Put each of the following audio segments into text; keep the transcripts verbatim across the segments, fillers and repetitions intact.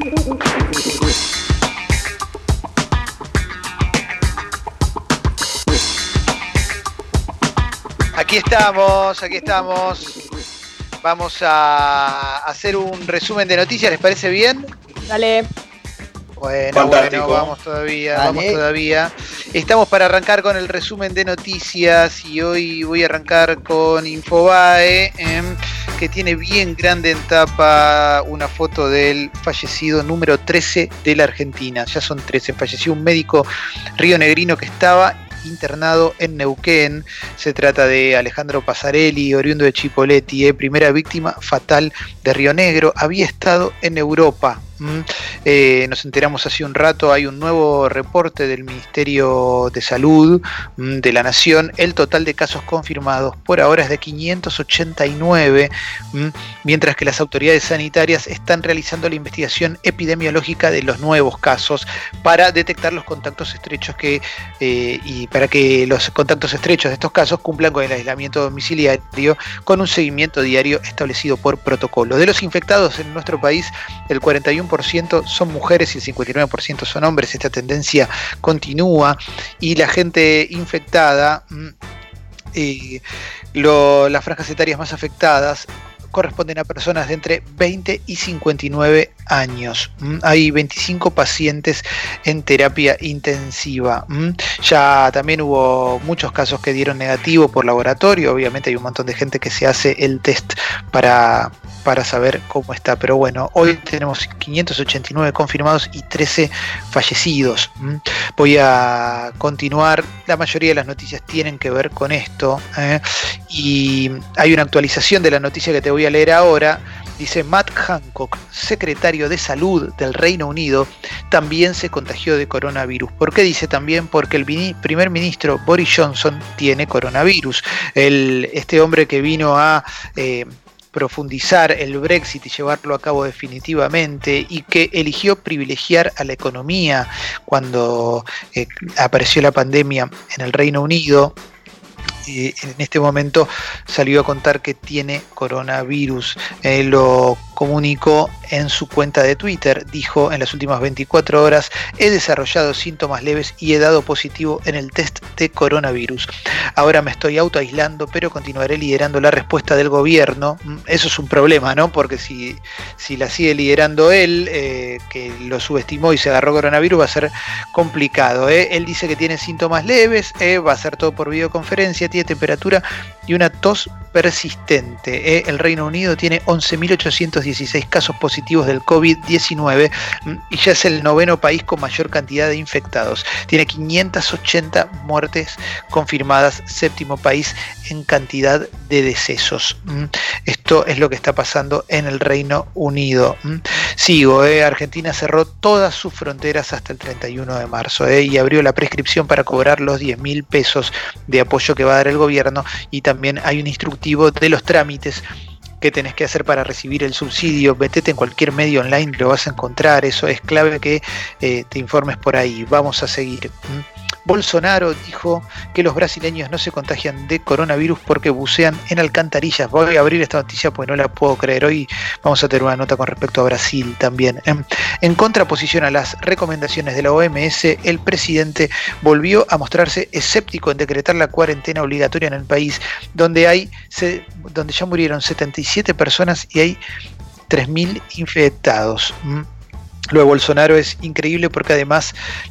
Aquí estamos, aquí estamos. Vamos a hacer un resumen de noticias, ¿les parece bien? Dale. Bueno, Fantástico. bueno, vamos todavía, Dale. vamos todavía. Estamos para arrancar con el resumen de noticias y hoy voy a arrancar con Infobae, eh, que tiene bien grande en tapa una foto del fallecido número trece de la Argentina. Ya son trece. Falleció un médico rionegrino que estaba internado en Neuquén. Se trata de Alejandro Pasarelli, oriundo de Chipoleti, eh, primera víctima fatal de Río Negro. Había estado en Europa. ¿Mm? Eh, nos enteramos hace un rato, hay un nuevo reporte del Ministerio de Salud ¿m? de la Nación. El total de casos confirmados por ahora es de quinientos ochenta y nueve, ¿m? mientras que las autoridades sanitarias están realizando la investigación epidemiológica de los nuevos casos para detectar los contactos estrechos que, eh, y para que los contactos estrechos de estos casos cumplan con el aislamiento domiciliario con un seguimiento diario establecido por protocolo. De los infectados en nuestro país, el cuarenta y uno por ciento son mujeres y el cincuenta y nueve por ciento son hombres. Esta tendencia continúa y la gente infectada, eh, lo, las franjas etarias más afectadas corresponden a personas de entre veinte y cincuenta y nueve años. Hay veinticinco pacientes en terapia intensiva. Ya también hubo muchos casos que dieron negativo por laboratorio. Obviamente hay un montón de gente que se hace el test para, para saber cómo está. Pero bueno, hoy tenemos quinientos ochenta y nueve confirmados y trece fallecidos. Voy a continuar. La mayoría de las noticias tienen que ver con esto. ¿eh? Y hay una actualización de la noticia que te voy a leer ahora. Dice: Matt Hancock, secretario de Salud del Reino Unido, también se contagió de coronavirus. ¿Por qué dice también? Porque el primer ministro Boris Johnson tiene coronavirus. El, este hombre que vino a eh, profundizar el Brexit y llevarlo a cabo definitivamente, y que eligió privilegiar a la economía cuando eh, apareció la pandemia en el Reino Unido. Eh, en este momento salió a contar que tiene coronavirus. Eh, lo comunicó en su cuenta de Twitter. Dijo: en las últimas veinticuatro horas he desarrollado síntomas leves y he dado positivo en el test de coronavirus. Ahora me estoy autoaislando, pero continuaré liderando la respuesta del gobierno. Eso es un problema, ¿no? Porque si, si la sigue liderando él, eh, que lo subestimó y se agarró coronavirus, va a ser complicado. ¿eh? Él dice que tiene síntomas leves, eh, va a hacer todo por videoconferencia, tiene temperatura y una tos persistente. ¿eh? El Reino Unido tiene once mil ochocientos dieciséis casos positivos del COVID diecinueve y ya es el noveno país con mayor cantidad de infectados. Tiene quinientas ochenta muertes confirmadas, séptimo país en cantidad de decesos. Esto es lo que está pasando en el Reino Unido. Sigo, ¿eh? Argentina cerró todas sus fronteras hasta el treinta y uno de marzo ¿eh? y abrió la prescripción para cobrar los diez mil pesos de apoyo que va a dar el gobierno, y también hay un instructivo de los trámites que tenés que hacer para recibir el subsidio. Metete en cualquier medio online, lo vas a encontrar. Eso es clave que eh, te informes por ahí. Vamos a seguir. Bolsonaro dijo que los brasileños no se contagian de coronavirus porque bucean en alcantarillas. Voy a abrir esta noticia porque no la puedo creer. Hoy vamos a tener una nota con respecto a Brasil también. En contraposición a las recomendaciones de la O M S, el presidente volvió a mostrarse escéptico en decretar la cuarentena obligatoria en el país, donde hay donde ya murieron setenta y siete personas y hay tres mil infectados. Lo de Bolsonaro es increíble porque además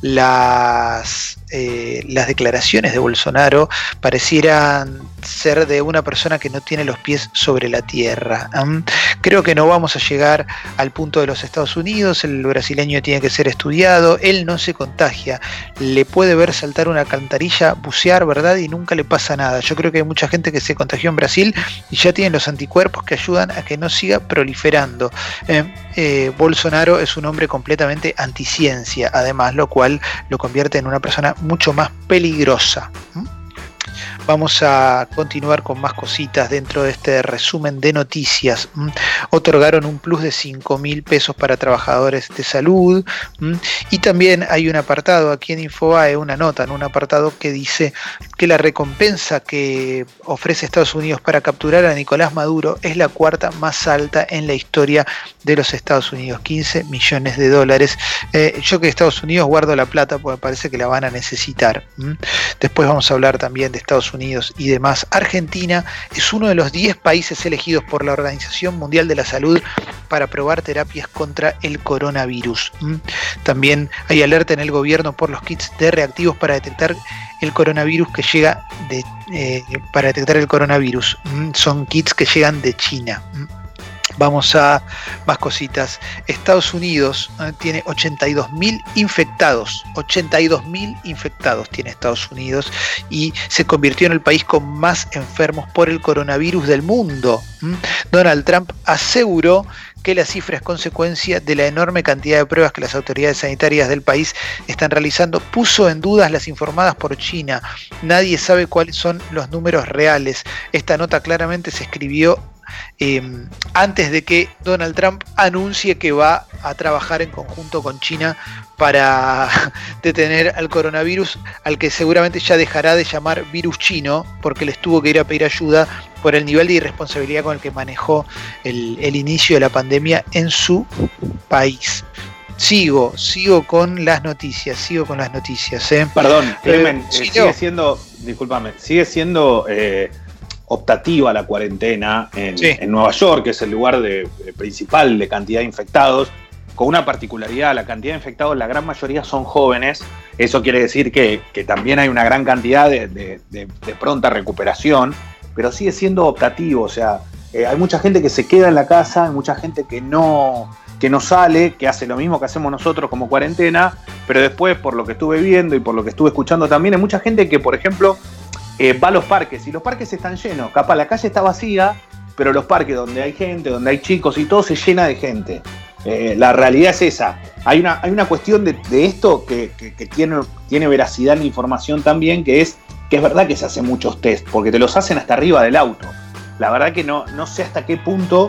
las, eh, las declaraciones de Bolsonaro parecieran ser de una persona que no tiene los pies sobre la tierra. ¿eh? Creo que no vamos a llegar al punto de los Estados Unidos. El brasileño tiene que ser estudiado. Él no se contagia. Le puede ver saltar una alcantarilla, bucear, ¿verdad? Y nunca le pasa nada. Yo creo que hay mucha gente que se contagió en Brasil y ya tienen los anticuerpos que ayudan a que no siga proliferando. Eh, eh, Bolsonaro es un hombre completamente anticiencia, además, lo cual lo convierte en una persona mucho más peligrosa. ¿Mm? Vamos a continuar con más cositas dentro de este resumen de noticias. Otorgaron un plus de cinco mil pesos para trabajadores de salud. Y también hay un apartado aquí en Infobae, una nota en un apartado que dice que la recompensa que ofrece Estados Unidos para capturar a Nicolás Maduro es la cuarta más alta en la historia de los Estados Unidos, quince millones de dólares. Eh, yo que Estados Unidos guardo la plata porque parece que la van a necesitar. ¿Mm? Después vamos a hablar también de Estados Unidos y demás. Argentina es uno de los diez países elegidos por la Organización Mundial de la Salud para probar terapias contra el coronavirus. ¿Mm? También hay alerta en el gobierno por los kits de reactivos para detectar el coronavirus que llega de, eh, para detectar el coronavirus. ¿Mm? Son kits que llegan de China. ¿Mm? Vamos a más cositas. Estados Unidos eh, tiene ochenta y dos mil infectados. ochenta y dos mil infectados tiene Estados Unidos y se convirtió en el país con más enfermos por el coronavirus del mundo. ¿Mm? Donald Trump aseguró que la cifra es consecuencia de la enorme cantidad de pruebas que las autoridades sanitarias del país están realizando. Puso en dudas las informadas por China. Nadie sabe cuáles son los números reales. Esta nota claramente se escribió Eh, antes de que Donald Trump anuncie que va a trabajar en conjunto con China para detener al coronavirus, al que seguramente ya dejará de llamar virus chino, porque les tuvo que ir a pedir ayuda por el nivel de irresponsabilidad con el que manejó el, el inicio de la pandemia en su país. Sigo, sigo con las noticias, sigo con las noticias. ¿eh? Perdón, Clemen, eh, sí, sigue no. siendo, discúlpame, sigue siendo... Eh, optativa la cuarentena en, sí. en Nueva York, que es el lugar de, de principal de cantidad de infectados, con una particularidad: la cantidad de infectados, la gran mayoría son jóvenes. Eso quiere decir que, que también hay una gran cantidad de, de, de, de pronta recuperación, pero sigue siendo optativo. O sea, eh, hay mucha gente que se queda en la casa, hay mucha gente que no, que no sale, que hace lo mismo que hacemos nosotros como cuarentena, pero después, por lo que estuve viendo y por lo que estuve escuchando también, hay mucha gente que, por ejemplo, Eh, va a los parques y los parques están llenos. Capaz la calle está vacía, pero los parques donde hay gente, donde hay chicos y todo, se llena de gente. Eh, la realidad es esa. Hay una, hay una cuestión de, de esto que, que, que tiene, tiene veracidad en la información también, que es que es verdad que se hacen muchos test, porque te los hacen hasta arriba del auto. La verdad que no, no sé hasta qué punto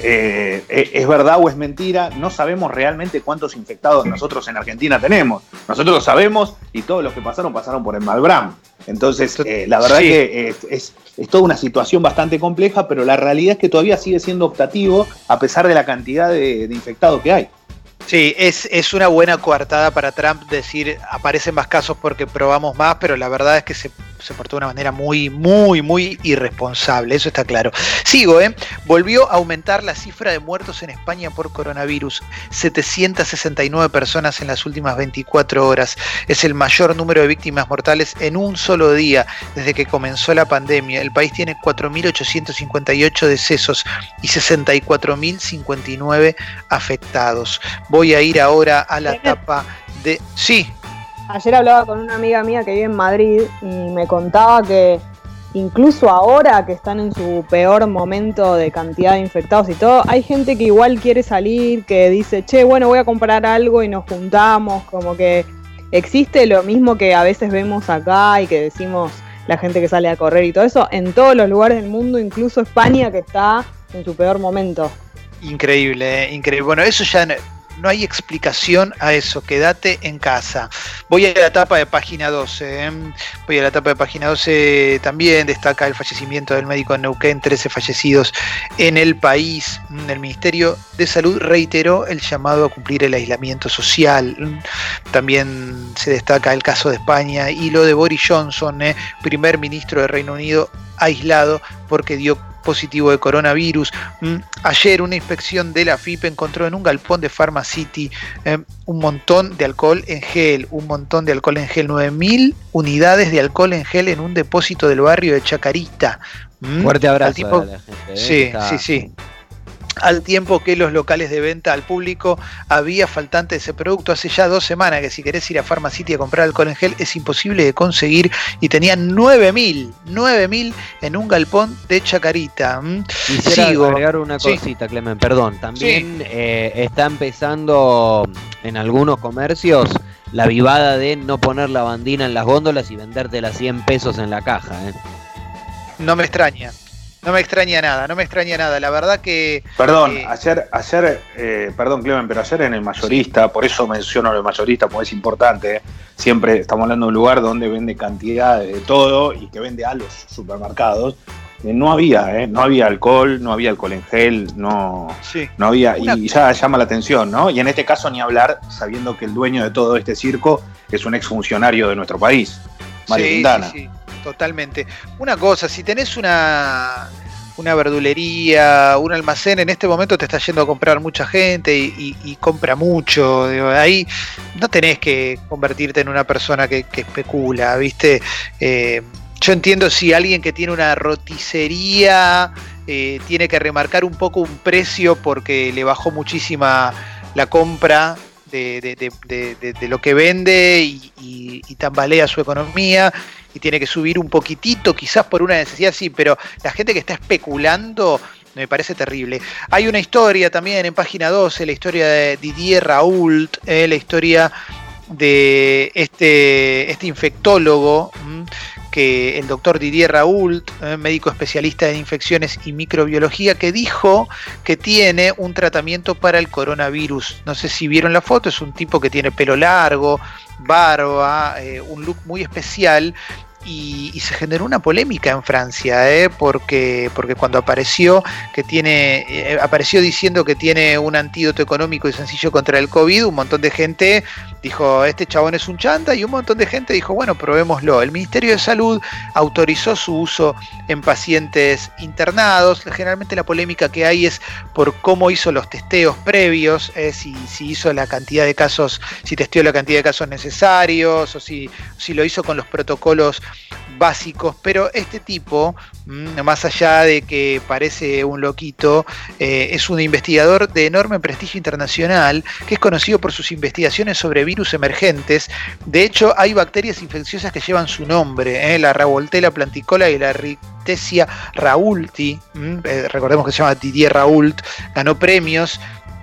eh, es verdad o es mentira. No sabemos realmente cuántos infectados nosotros en Argentina tenemos. Nosotros lo sabemos y todos los que pasaron, pasaron por el Malbrán. Entonces, eh, la verdad sí. que es, es, es toda una situación bastante compleja, pero la realidad es que todavía sigue siendo optativo a pesar de la cantidad de, de infectados que hay. Sí, es, es una buena coartada para Trump decir aparecen más casos porque probamos más, pero la verdad es que se, se portó de una manera muy, muy, muy irresponsable, eso está claro. Sigo, ¿eh? Volvió a aumentar la cifra de muertos en España por coronavirus, setecientas sesenta y nueve personas en las últimas veinticuatro horas. Es el mayor número de víctimas mortales en un solo día desde que comenzó la pandemia. El país tiene cuatro mil ochocientos cincuenta y ocho decesos y sesenta y cuatro mil cincuenta y nueve afectados. Voy a ir ahora a la etapa de... Sí. Ayer hablaba con una amiga mía que vive en Madrid y me contaba que incluso ahora que están en su peor momento de cantidad de infectados y todo, hay gente que igual quiere salir, que dice, che, bueno, voy a comprar algo y nos juntamos, como que existe lo mismo que a veces vemos acá y que decimos la gente que sale a correr y todo eso, en todos los lugares del mundo, incluso España que está en su peor momento. Increíble, ¿eh? Increíble. Bueno, eso ya... No... No hay explicación a eso, quédate en casa. Voy a la etapa de página doce. ¿eh? Voy a la etapa de página doce. También destaca el fallecimiento del médico en Neuquén, trece fallecidos en el país. El Ministerio de Salud reiteró el llamado a cumplir el aislamiento social. También se destaca el caso de España y lo de Boris Johnson, ¿eh? primer ministro de Reino Unido, aislado porque dio positivo de coronavirus. Ayer una inspección de la F I P encontró en un galpón de Pharma City eh, un montón de alcohol en gel, un montón de alcohol en gel, nueve mil unidades de alcohol en gel en un depósito del barrio de Chacarita. Fuerte abrazo tipo, a la gente. ¿eh? Sí, Está... sí, sí. al tiempo que los locales de venta al público había faltante de ese producto. Hace ya dos semanas que si querés ir a Pharmacity a comprar alcohol en gel es imposible de conseguir y tenían nueve mil en un galpón de Chacarita. Quisiera Sigo. agregar una cosita, sí. Clemen, perdón. También sí. eh, está empezando en algunos comercios la vivada de no poner la bandina en las góndolas y vendértela a cien pesos en la caja. ¿eh? No me extraña. No me extraña nada, no me extraña nada. La verdad que... Perdón, eh, ayer, ayer eh, perdón Clemen, pero ayer en el mayorista, por eso menciono el mayorista, porque es importante, ¿eh? Siempre estamos hablando de un lugar donde vende cantidades de todo y que vende a los supermercados. Eh, no había, ¿eh? No había alcohol, no había alcohol en gel, no, sí. no había... Una... Y ya llama la atención, ¿no? Y en este caso ni hablar, sabiendo que el dueño de todo este circo es un exfuncionario de nuestro país, Mario sí, Quintana. Sí, sí. Totalmente. Una cosa, si tenés una, una verdulería, un almacén, en este momento te está yendo a comprar mucha gente y, y, y compra mucho. Digo, ahí no tenés que convertirte en una persona que, que especula, ¿viste? Eh, yo entiendo si alguien que tiene una roticería eh, tiene que remarcar un poco un precio porque le bajó muchísima la compra de, de, de, de, de, de lo que vende y, y, y tambalea su economía y tiene que subir un poquitito, quizás por una necesidad, sí, pero la gente que está especulando me parece terrible. Hay una historia también en página doce, la historia de Didier Raoult, eh, la historia de este, este infectólogo, mmm, que el doctor Didier Raoult, eh, médico especialista en infecciones y microbiología, que dijo que tiene un tratamiento para el coronavirus. No sé si vieron la foto, es un tipo que tiene pelo largo, barba, eh, un look muy especial. Y, y se generó una polémica en Francia, ¿eh? porque, porque cuando apareció que tiene, eh, apareció diciendo que tiene un antídoto económico y sencillo contra el COVID, un montón de gente dijo, este chabón es un chanta, y un montón de gente dijo, bueno, probémoslo. El Ministerio de Salud autorizó su uso en pacientes internados. Generalmente la polémica que hay es por cómo hizo los testeos previos, eh, si, si hizo la cantidad de casos, si testeó la cantidad de casos necesarios, o si, si lo hizo con los protocolos básicos, pero este tipo, más allá de que parece un loquito, eh, es un investigador de enorme prestigio internacional, que es conocido por sus investigaciones sobre virus emergentes. De hecho, hay bacterias infecciosas que llevan su nombre, eh, la Revoltella planticola y la Rickettsia raoulti, eh, recordemos que se llama Didier Raoult, ganó premios.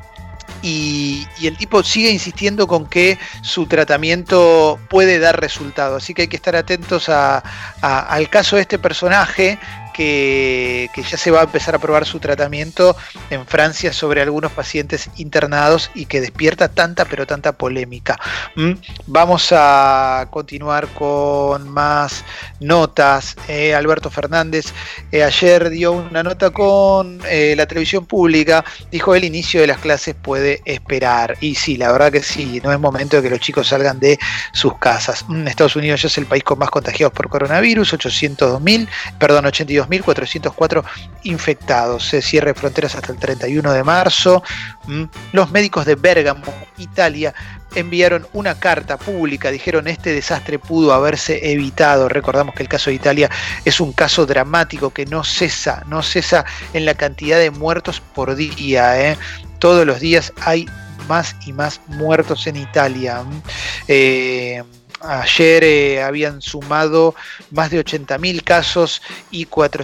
Y, y el tipo sigue insistiendo con que su tratamiento puede dar resultado, así que hay que estar atentos a, a, al caso de este personaje que, que ya se va a empezar a probar su tratamiento en Francia sobre algunos pacientes internados y que despierta tanta pero tanta polémica. ¿Mm? Vamos a continuar con más notas. Eh, Alberto Fernández eh, ayer dio una nota con eh, la televisión pública, dijo el inicio de las clases puede esperar, y sí, la verdad que sí, no es momento de que los chicos salgan de sus casas. Mm, Estados Unidos ya es el país con más contagiados por coronavirus, ochocientos dos mil, perdón, ochenta y dos mil cuatrocientos cuatro infectados. Se cierre fronteras hasta el treinta y uno de marzo. Los médicos de Bérgamo, Italia, enviaron una carta pública, dijeron este desastre pudo haberse evitado. Recordamos que el caso de Italia es un caso dramático que no cesa, no cesa en la cantidad de muertos por día, ¿eh? Todos los días hay más y más muertos en Italia. Eh, Ayer eh, habían sumado más de ochenta mil casos y cuatro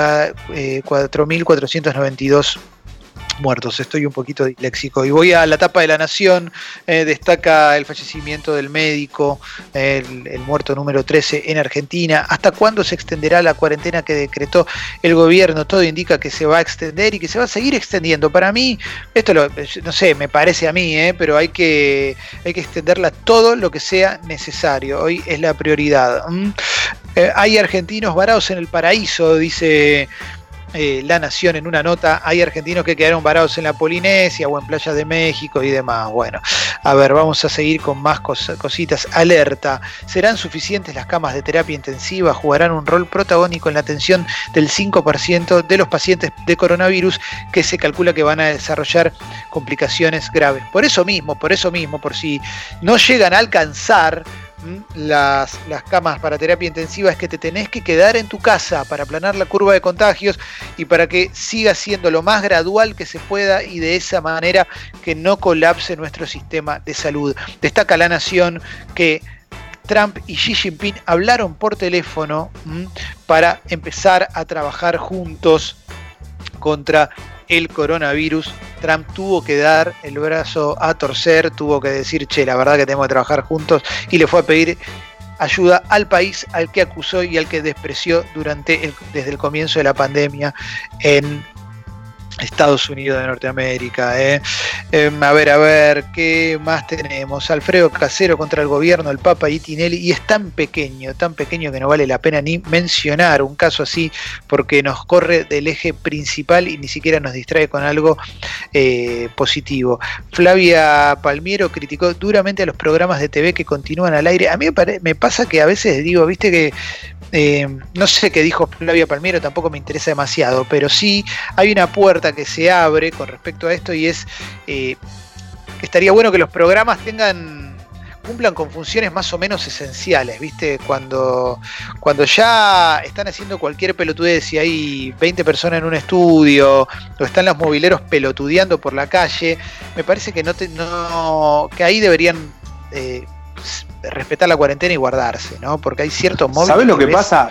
mil cuatrocientos noventa y dos muertos. Estoy un poquito disléxico. Y voy a la tapa de La Nación. Eh, destaca el fallecimiento del médico, el, el muerto número trece en Argentina. ¿Hasta cuándo se extenderá la cuarentena que decretó el gobierno? Todo indica que se va a extender y que se va a seguir extendiendo. Para mí, esto lo, no sé, me parece a mí, eh, pero hay que, hay que extenderla todo lo que sea necesario. Hoy es la prioridad. ¿Mm? Eh, hay argentinos varados en el paraíso, dice Eh, La Nación en una nota. Hay argentinos que quedaron varados en la Polinesia o en playas de México y demás. Bueno, a ver, vamos a seguir con más cos- cositas. Alerta, ¿serán suficientes las camas de terapia intensiva? ¿Jugarán un rol protagónico en la atención del cinco por ciento de los pacientes de coronavirus que se calcula que van a desarrollar complicaciones graves? Por eso mismo, por eso mismo, por si no llegan a alcanzar las, las camas para terapia intensiva es que te tenés que quedar en tu casa para aplanar la curva de contagios y para que siga siendo lo más gradual que se pueda y de esa manera que no colapse nuestro sistema de salud. Destaca La Nación que Trump y Xi Jinping hablaron por teléfono ¿m? para empezar a trabajar juntos contra el coronavirus. Trump tuvo que dar el brazo a torcer, tuvo que decir, che, la verdad que tenemos que trabajar juntos, y le fue a pedir ayuda al país al que acusó y al que despreció durante el, desde el comienzo de la pandemia en Estados Unidos de Norteamérica. Eh. Eh, a ver, a ver, ¿qué más tenemos? Alfredo Casero contra el gobierno, el Papa y Tinelli, y es tan pequeño, tan pequeño que no vale la pena ni mencionar un caso así, porque nos corre del eje principal y ni siquiera nos distrae con algo eh, positivo. Flavia Palmiero criticó duramente a los programas de T V que continúan al aire. A mí me, pare- me pasa que a veces digo, viste que Eh, no sé qué dijo Flavia Palmiero, tampoco me interesa demasiado, pero sí hay una puerta que se abre con respecto a esto y es eh, que estaría bueno que los programas tengan cumplan con funciones más o menos esenciales, ¿viste? Cuando, cuando ya están haciendo cualquier pelotudez y hay veinte personas en un estudio o están los mobileros pelotudeando por la calle, me parece que no, te, no que ahí deberían eh, respetar la cuarentena y guardarse, ¿no? Porque hay ciertos móviles. ¿Sabés lo que ves? pasa,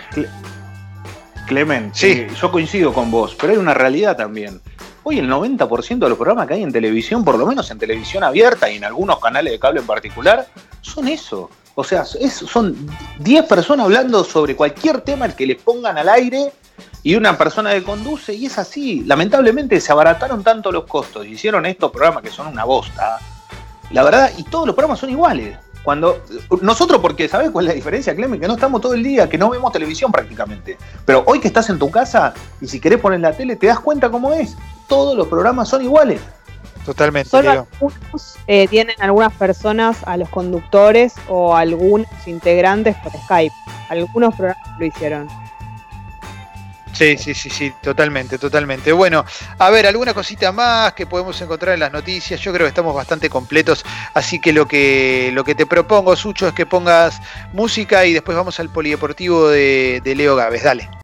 Clemen? Sí. Eh, yo coincido con vos, pero hay una realidad también. Hoy el noventa por ciento de los programas que hay en televisión, por lo menos en televisión abierta y en algunos canales de cable en particular, son eso. O sea, es, son diez personas hablando sobre cualquier tema al que les pongan al aire y una persona que conduce, y es así. Lamentablemente se abarataron tanto los costos, hicieron estos programas que son una bosta. La verdad, y todos los programas son iguales. Cuando nosotros, porque ¿sabés cuál es la diferencia, Clemen? Que no estamos todo el día, que no vemos televisión prácticamente. Pero hoy que estás en tu casa y si querés poner la tele, te das cuenta cómo es. Todos los programas son iguales. Totalmente, Solo Leo. algunos eh, tienen algunas personas a los conductores o algunos integrantes por Skype. Algunos programas lo hicieron. Sí, sí, sí, sí, totalmente, totalmente. Bueno, a ver, alguna cosita más que podemos encontrar en las noticias. Yo creo que estamos bastante completos, así que lo que lo que te propongo, Sucho, es que pongas música y después vamos al polideportivo de, de Leo Gávez. Dale.